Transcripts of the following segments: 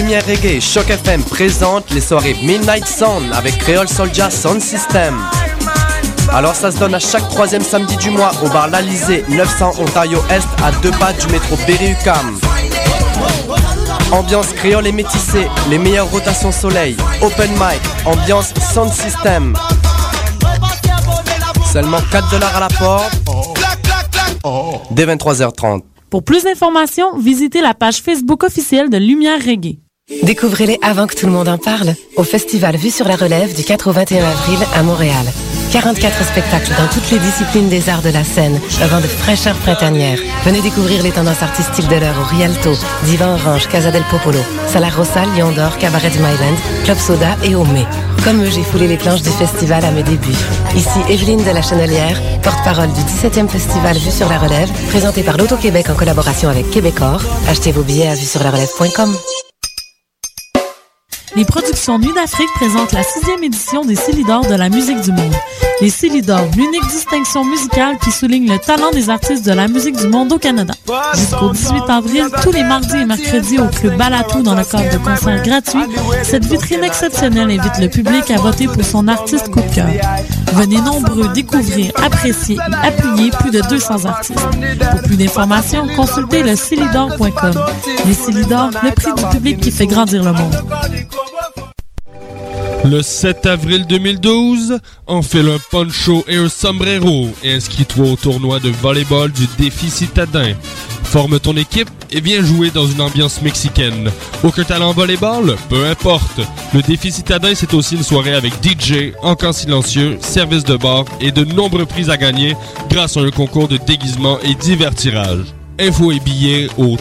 Lumière Reggae, Choc FM présente les soirées Midnight Sound avec Creole Soulja Sound System. Alors ça se donne à chaque troisième samedi du mois au bar L'Alizé, 900 Ontario Est, à 2 pas du métro Berry-UQAM. Ambiance créole et métissée, les meilleures rotations soleil, open mic, ambiance sound system. Seulement 4$ à la porte, dès 23h30. Pour plus d'informations, visitez la page Facebook officielle de Lumière Reggae. Découvrez-les avant que tout le monde en parle au festival Vue sur la Relève du 4 au 21 avril à Montréal. 44 spectacles dans toutes les disciplines des arts de la scène, un vent de fraîcheur printanière. Venez découvrir les tendances artistiques de l'heure au Rialto, Divan Orange, Casa del Popolo, Sala Rossa, Lion d'Or, Cabaret du Myland, Club Soda et Omé. Comme eux, j'ai foulé les planches du festival à mes débuts. Ici Evelyne de la Chenelière, porte-parole du 17e festival Vue sur la Relève, présenté par l'Auto-Québec en collaboration avec Québecor. Achetez vos billets à vuesurlarelève.com. Les productions Nuit d'Afrique présentent la 6e édition des Célidors de la musique du monde. Les Célidors, l'unique distinction musicale qui souligne le talent des artistes de la musique du monde au Canada. Jusqu'au 18 avril, tous les mardis et mercredis au Club Balatou dans le cadre de concerts gratuits, cette vitrine exceptionnelle invite le public à voter pour son artiste coup de cœur. Venez nombreux découvrir, apprécier et appuyer plus de 200 artistes. Pour plus d'informations, consultez le Célidor.com. Les Célidors, le prix du public qui fait grandir le monde. Le 7 avril 2012, enfile un poncho et un sombrero et inscris-toi au tournoi de volleyball du Défi Citadin. Forme ton équipe et viens jouer dans une ambiance mexicaine. Aucun talent en volleyball? Peu importe. Le Défi Citadin, c'est aussi une soirée avec DJ, encans silencieux, service de bar et de nombreux prix à gagner grâce à un concours de déguisement et divers tirages. Infos et billets au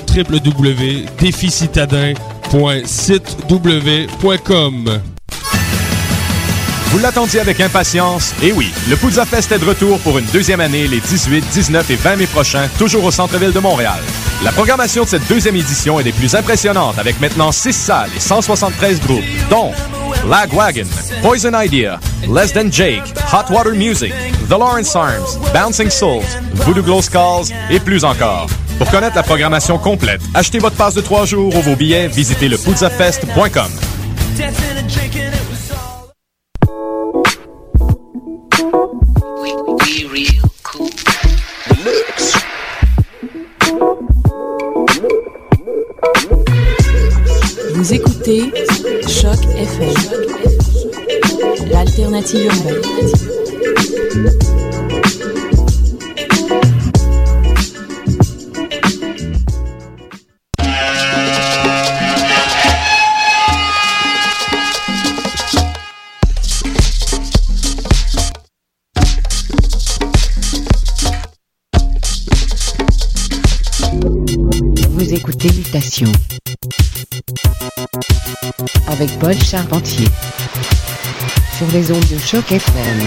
www.déficitadin.sitew.com. Vous l'attendiez avec impatience? Et oui, le Poudza Fest est de retour pour une deuxième année les 18, 19 et 20 mai prochains, toujours au centre-ville de Montréal. La programmation de cette deuxième édition est des plus impressionnantes avec maintenant 6 salles et 173 groupes, dont Lagwagon, Poison Idea, Less Than Jake, Hot Water Music, The Lawrence Arms, Bouncing Souls, Voodoo Glow Skulls et plus encore. Pour connaître la programmation complète, achetez votre passe de 3 jours ou vos billets, visitez lepoudzafest.com. Vous écoutez Choc FM, l'alternative urbaine. Vous écoutez Mutation avec Paul Charpentier sur les ondes de Choc FM.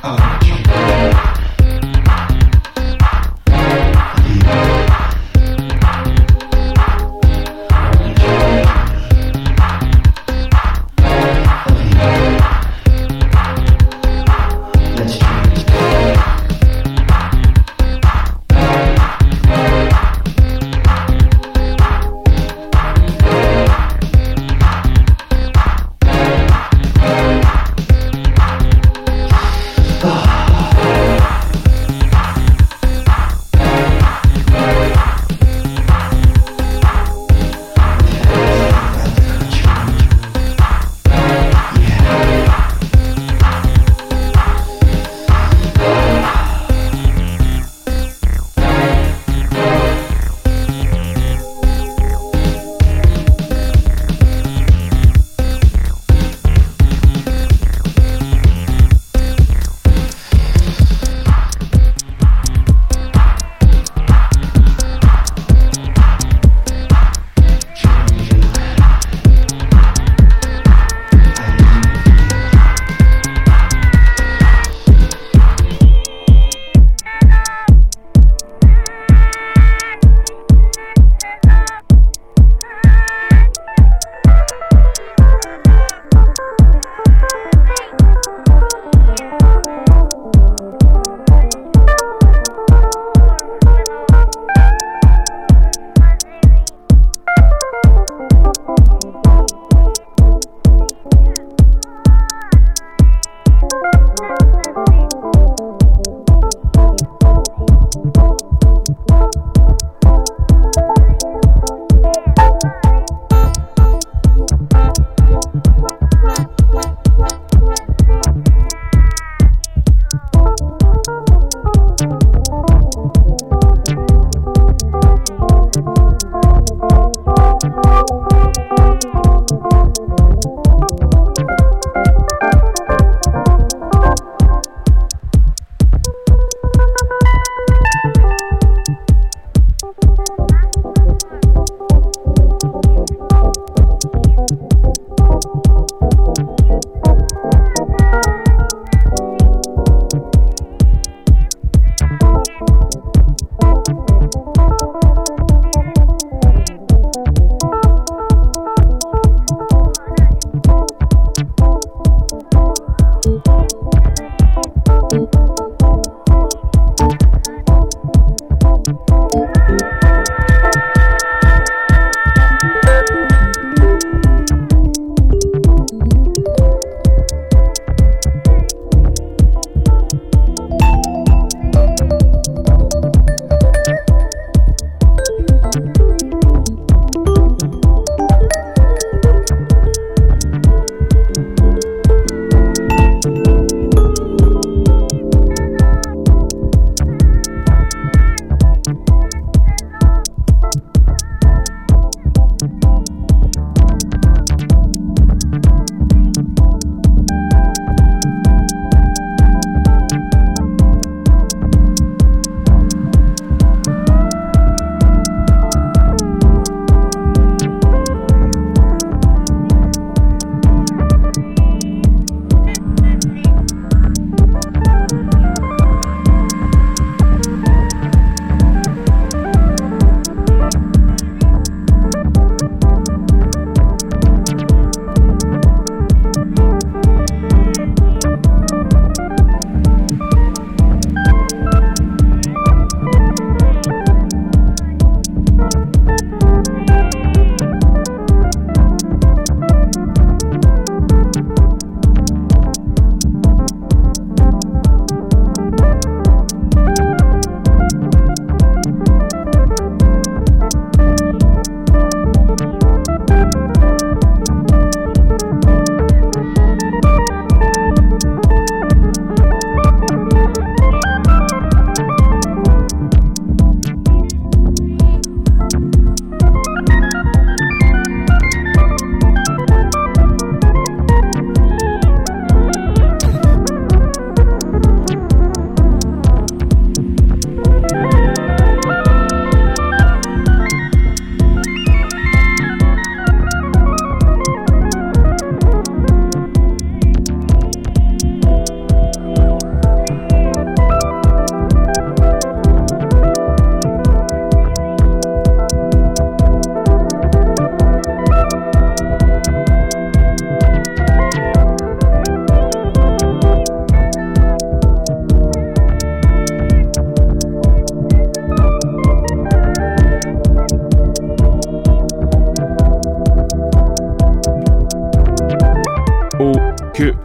Ah.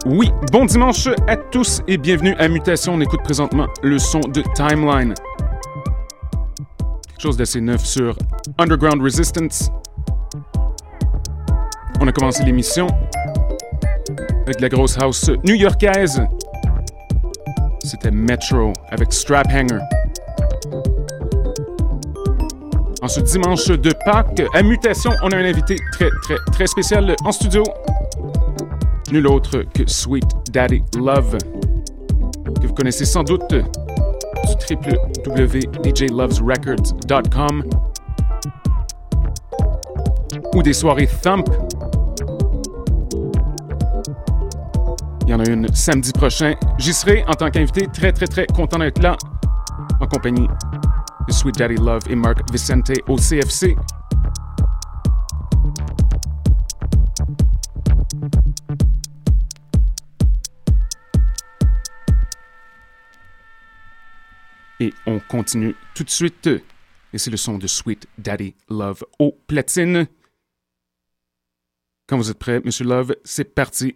Oui, bon dimanche à tous et bienvenue à Mutation. On écoute présentement le son de Timeline. Quelque chose d'assez neuf sur Underground Resistance. On a commencé l'émission avec la grosse house new-yorkaise. C'était Metro avec Strap Hanger. En ce dimanche de Pâques, à Mutation, on a un invité très spécial en studio. Nul autre que Sweet Daddy Love, que vous connaissez sans doute du www.djlovesrecords.com ou des soirées Thump. Il y en a une samedi prochain. J'y serai en tant qu'invité, très content d'être là, en compagnie de Sweet Daddy Love et Mark Vicente au CFC. Et on continue tout de suite. Et c'est le son de Sweet Daddy Love au platine. Quand vous êtes prêts, Monsieur Love, c'est parti.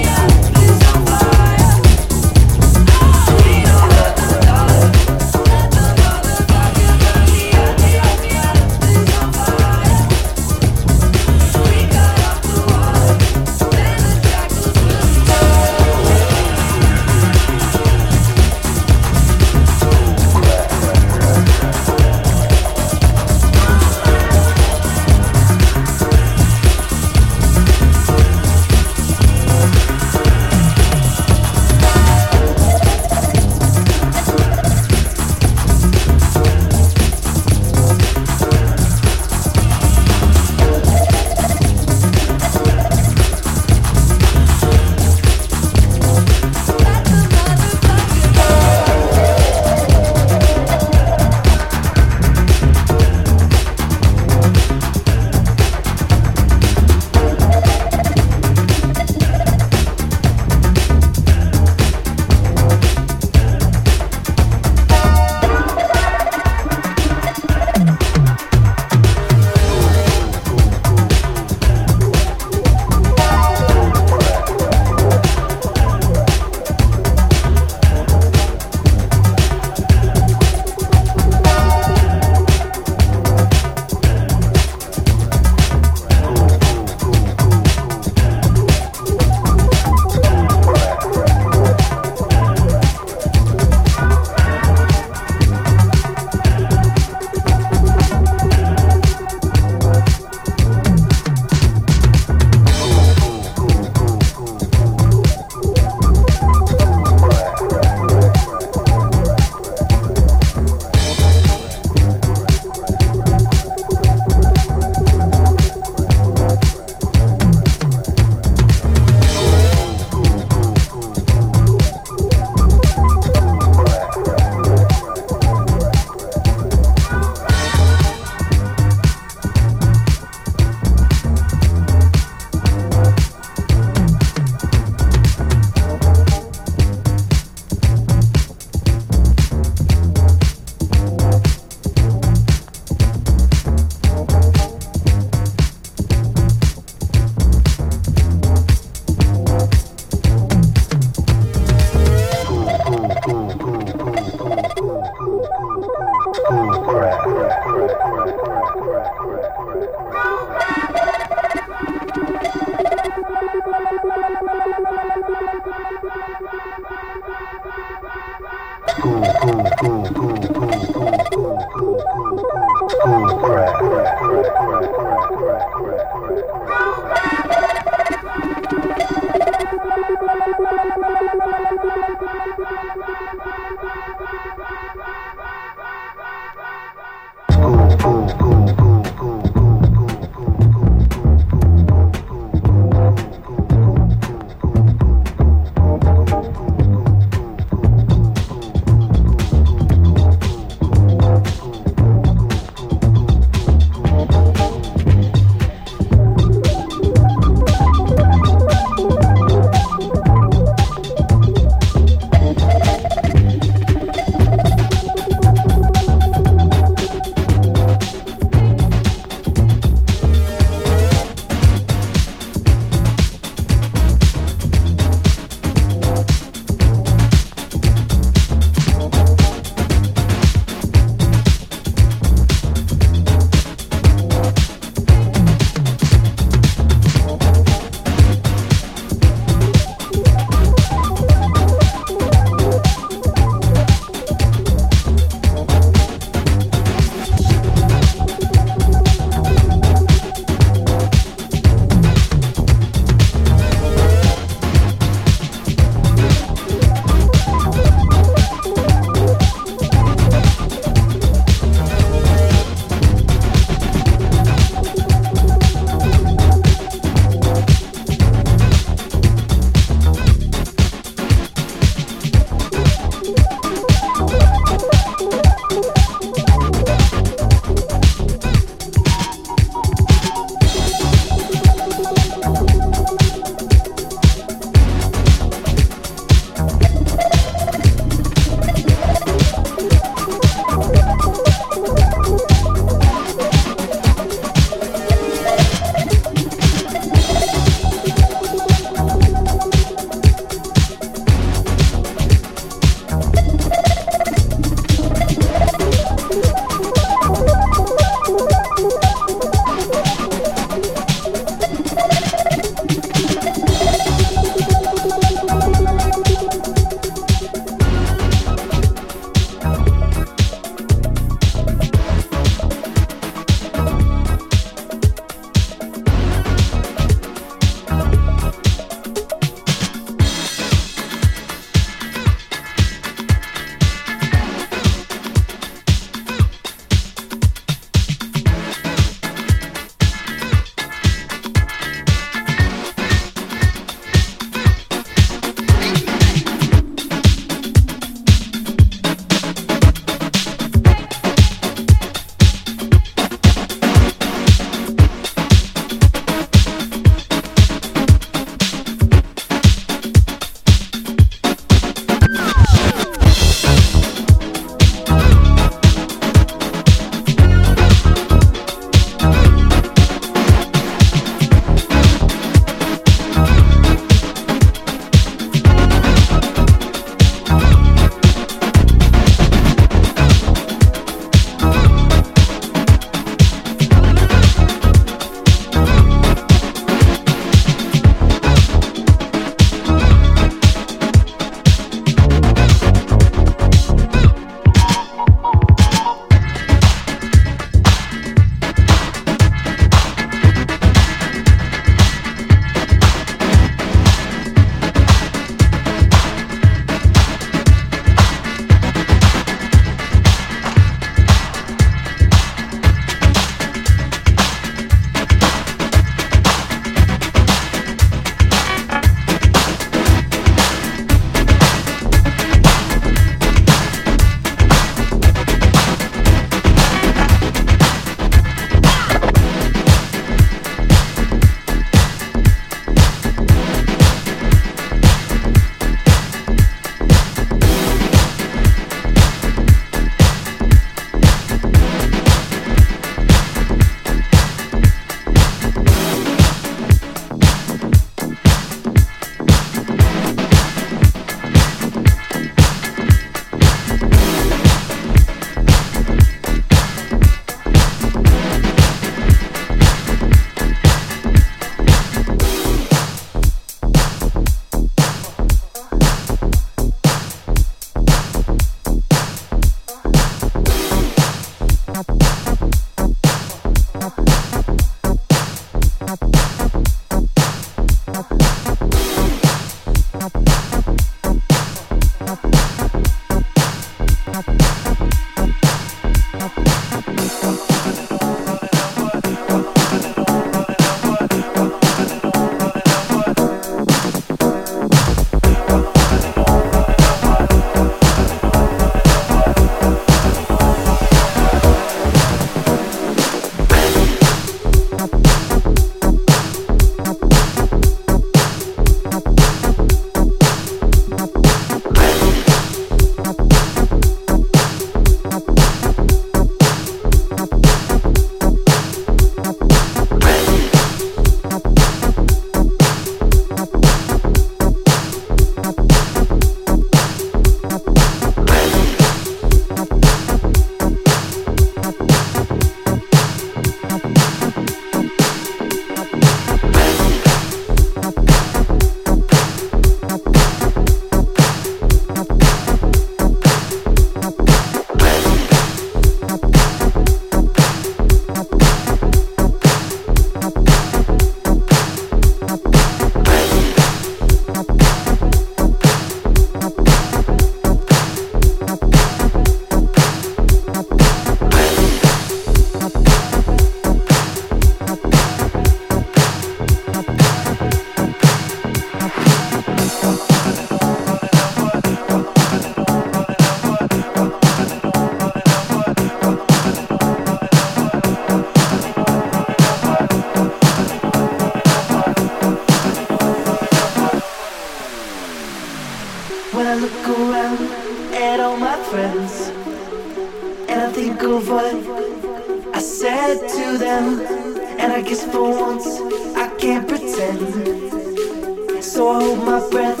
When I look around at all my friends, and I think of what I said to them, and I guess for once I can't pretend. So I hold my breath.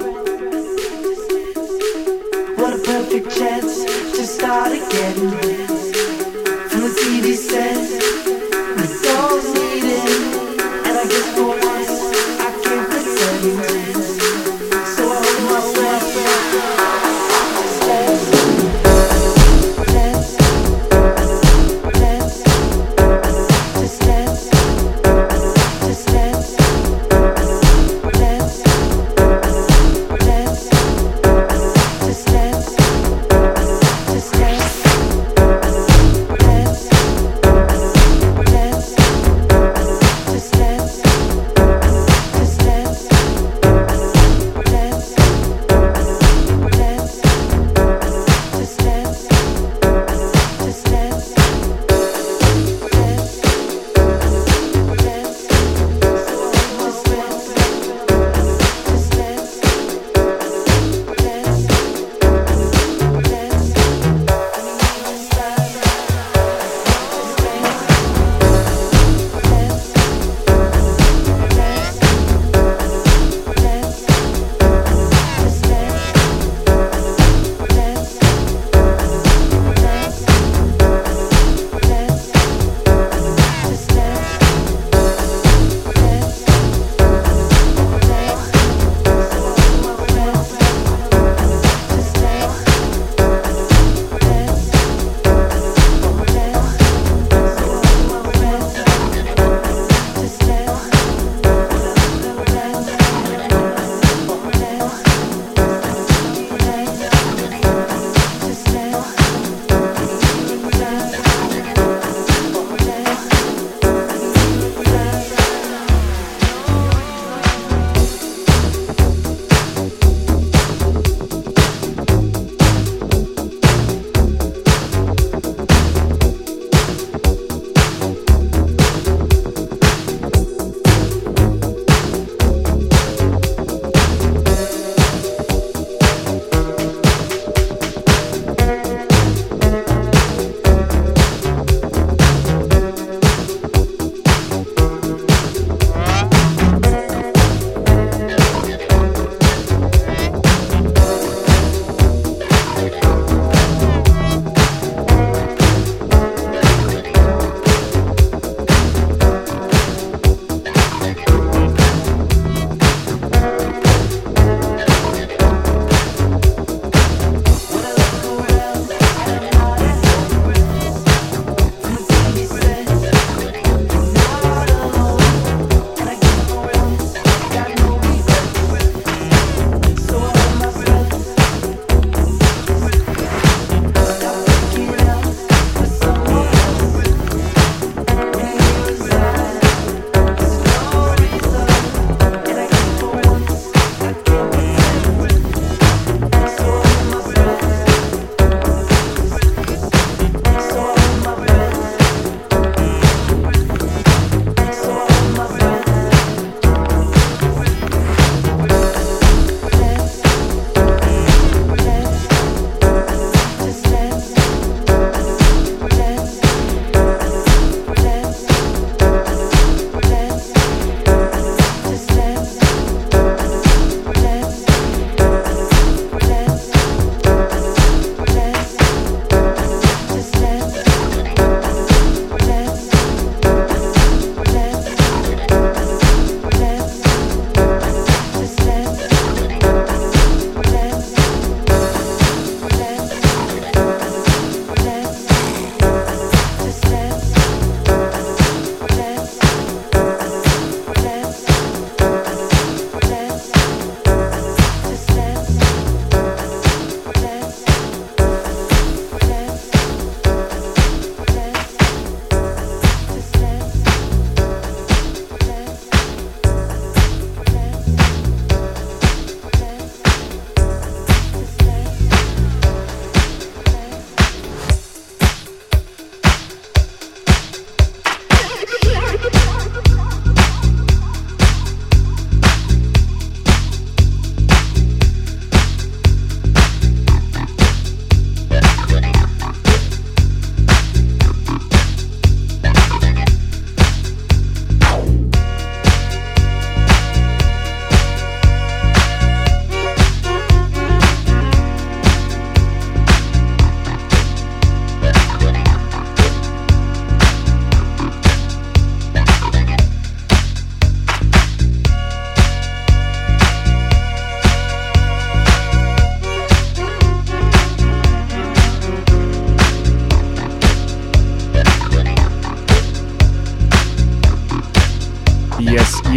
What a perfect chance to start again. From the TV set, the songs needed, and I guess for once I can't pretend. So I hold my breath.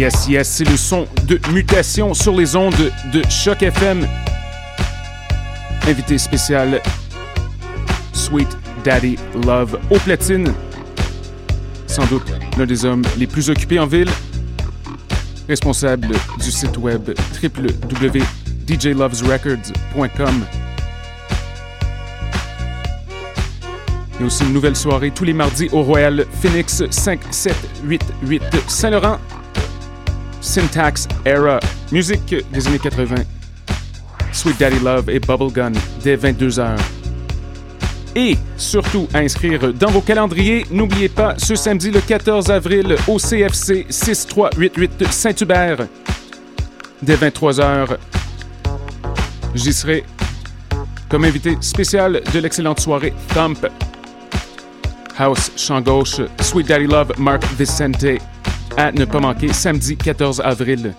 Yes, yes, c'est le son de Mutation sur les ondes de Choc FM. Invité spécial, Sweet Daddy Love au platine. Sans doute l'un des hommes les plus occupés en ville. Responsable du site web www.djlovesrecords.com. Il y a aussi une nouvelle soirée tous les mardis au Royal Phoenix 5788 Saint-Laurent. Syntax Era, musique des années 80. Sweet Daddy Love et Bubblegum dès 22h. Et surtout à inscrire dans vos calendriers, n'oubliez pas ce samedi le 14 avril au CFC 6388 Saint-Hubert. Dès 23h, j'y serai comme invité spécial de l'excellente soirée Thump. House, chant gauche, Sweet Daddy Love, Mark Vicente. À ne pas manquer, samedi 14 avril.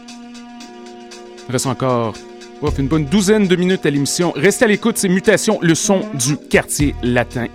Il reste encore une bonne douzaine de minutes à l'émission. Restez à l'écoute, c'est Mutation, le son du quartier latin.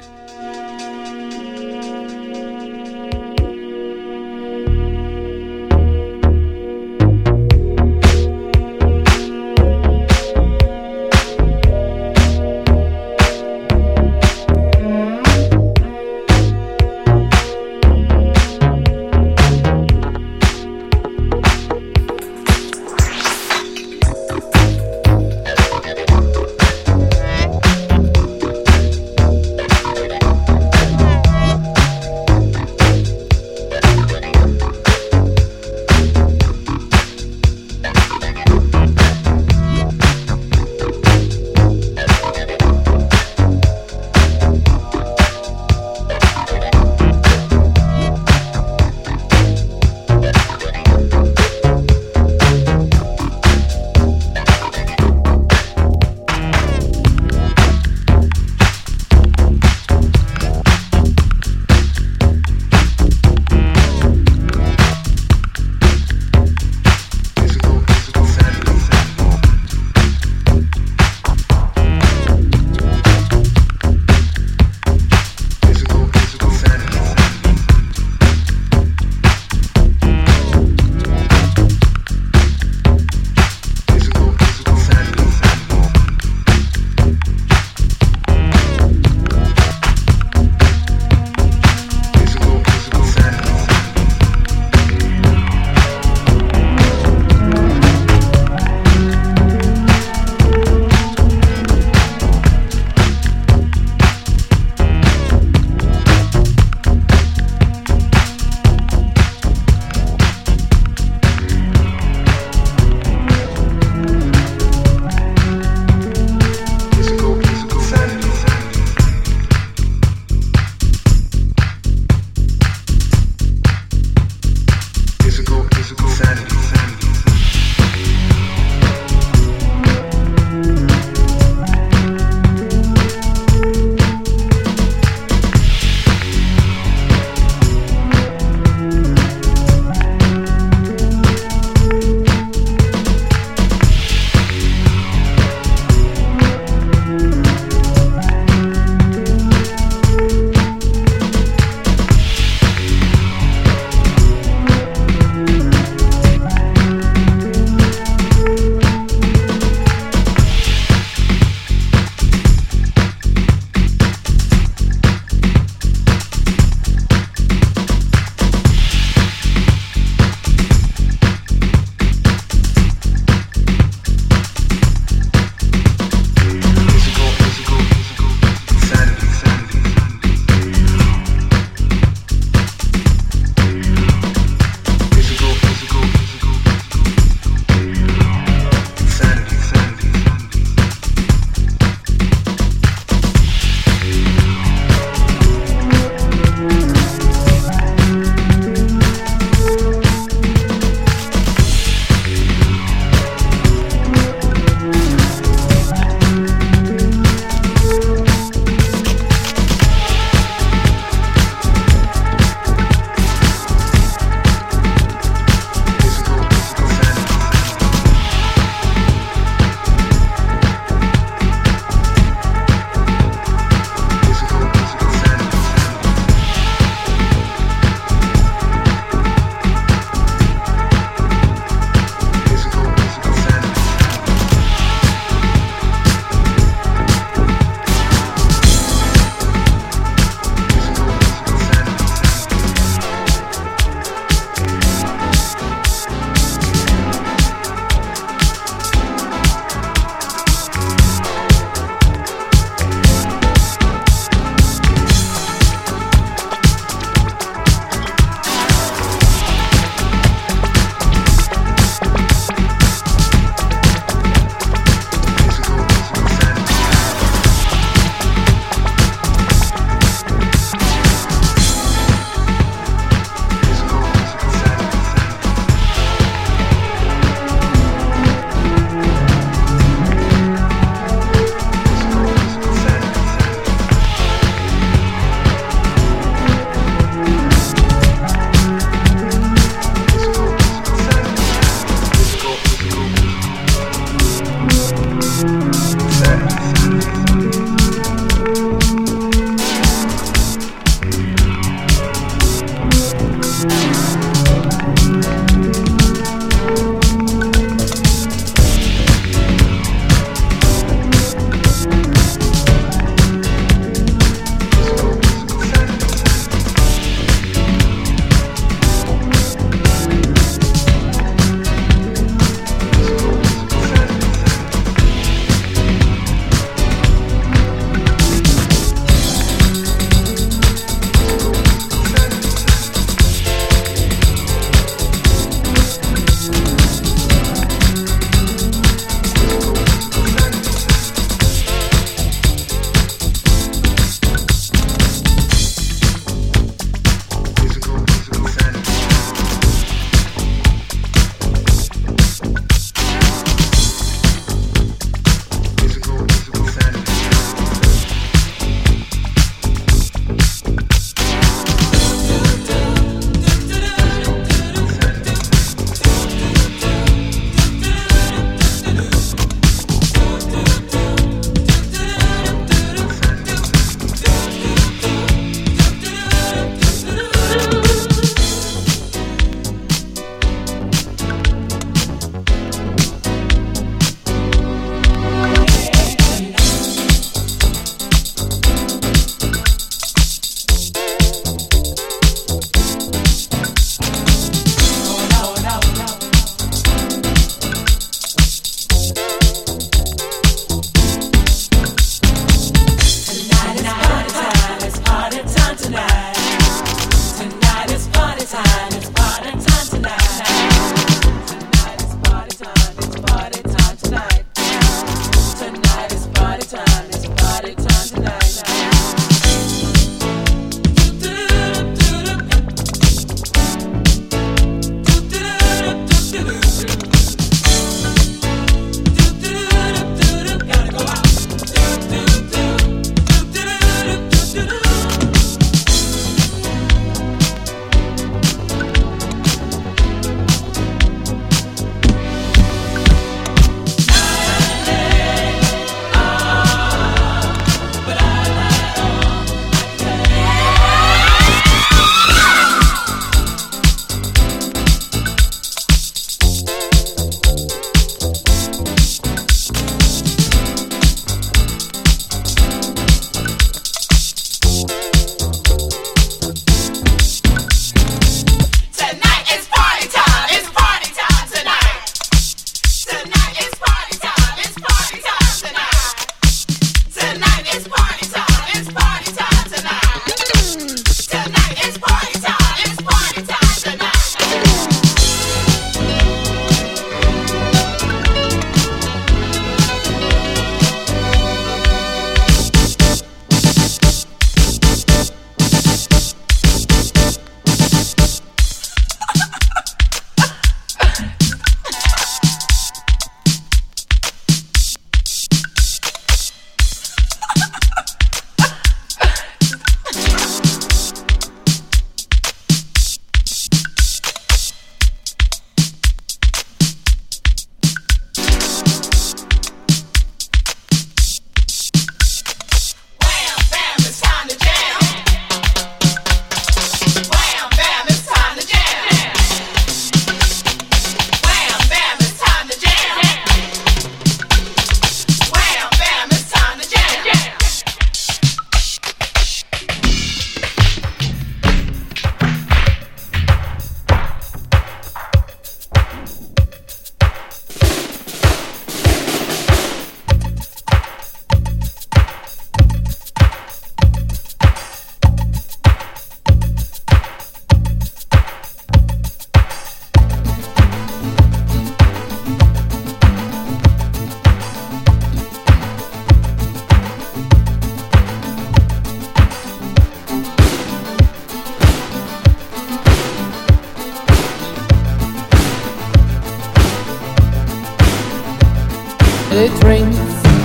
It rains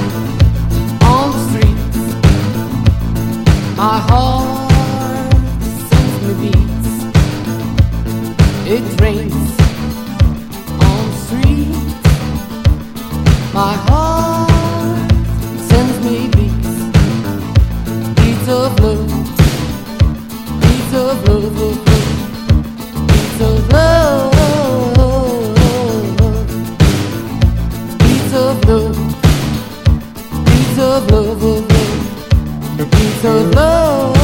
on the streets. My heart sends me beats. It rains on the streets. My heart beats of love, beats of love.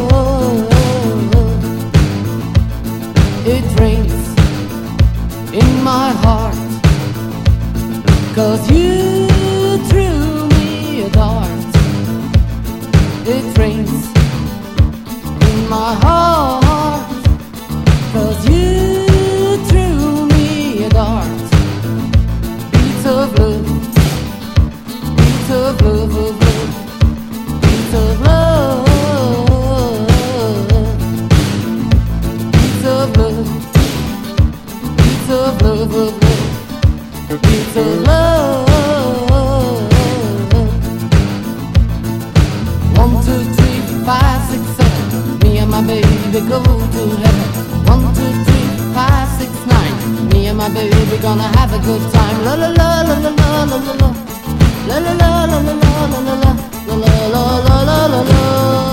It rains in my heart, 'cause you threw me a dart. It rains in my heart, 'cause you threw me a dart. Beats of love, beats of love, beats of love, beats of love, beats of love, beats of love. 1, 2, 3, 5, 6, 7. Me and my baby go to heaven. 1, 2, 3, 5, 6, 9. Me and my baby gonna have a good time. La la la la la la la la la. La la la la la la la la la. La la la la la la la.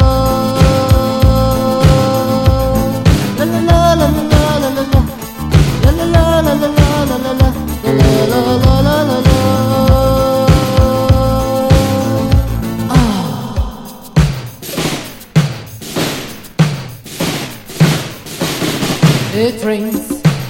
La la la la la la la la. La la la la la la la la la. La la la la la la. It rains.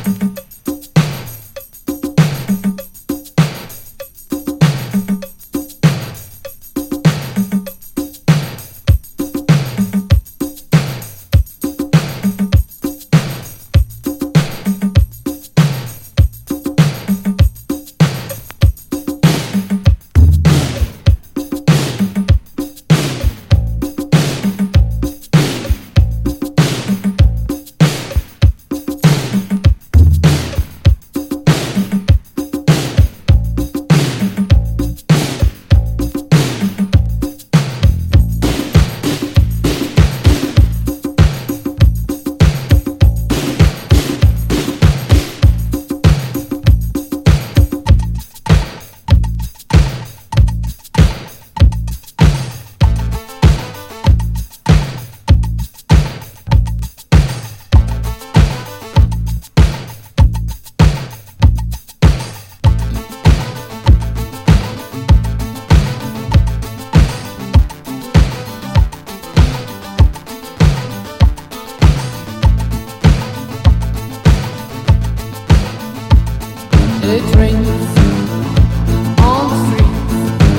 It rains on the street.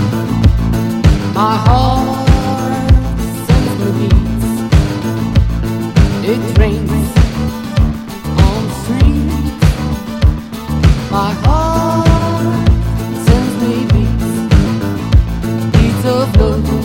My heart sends me beats. It rains on the street. My heart sends me beats. Beats of love.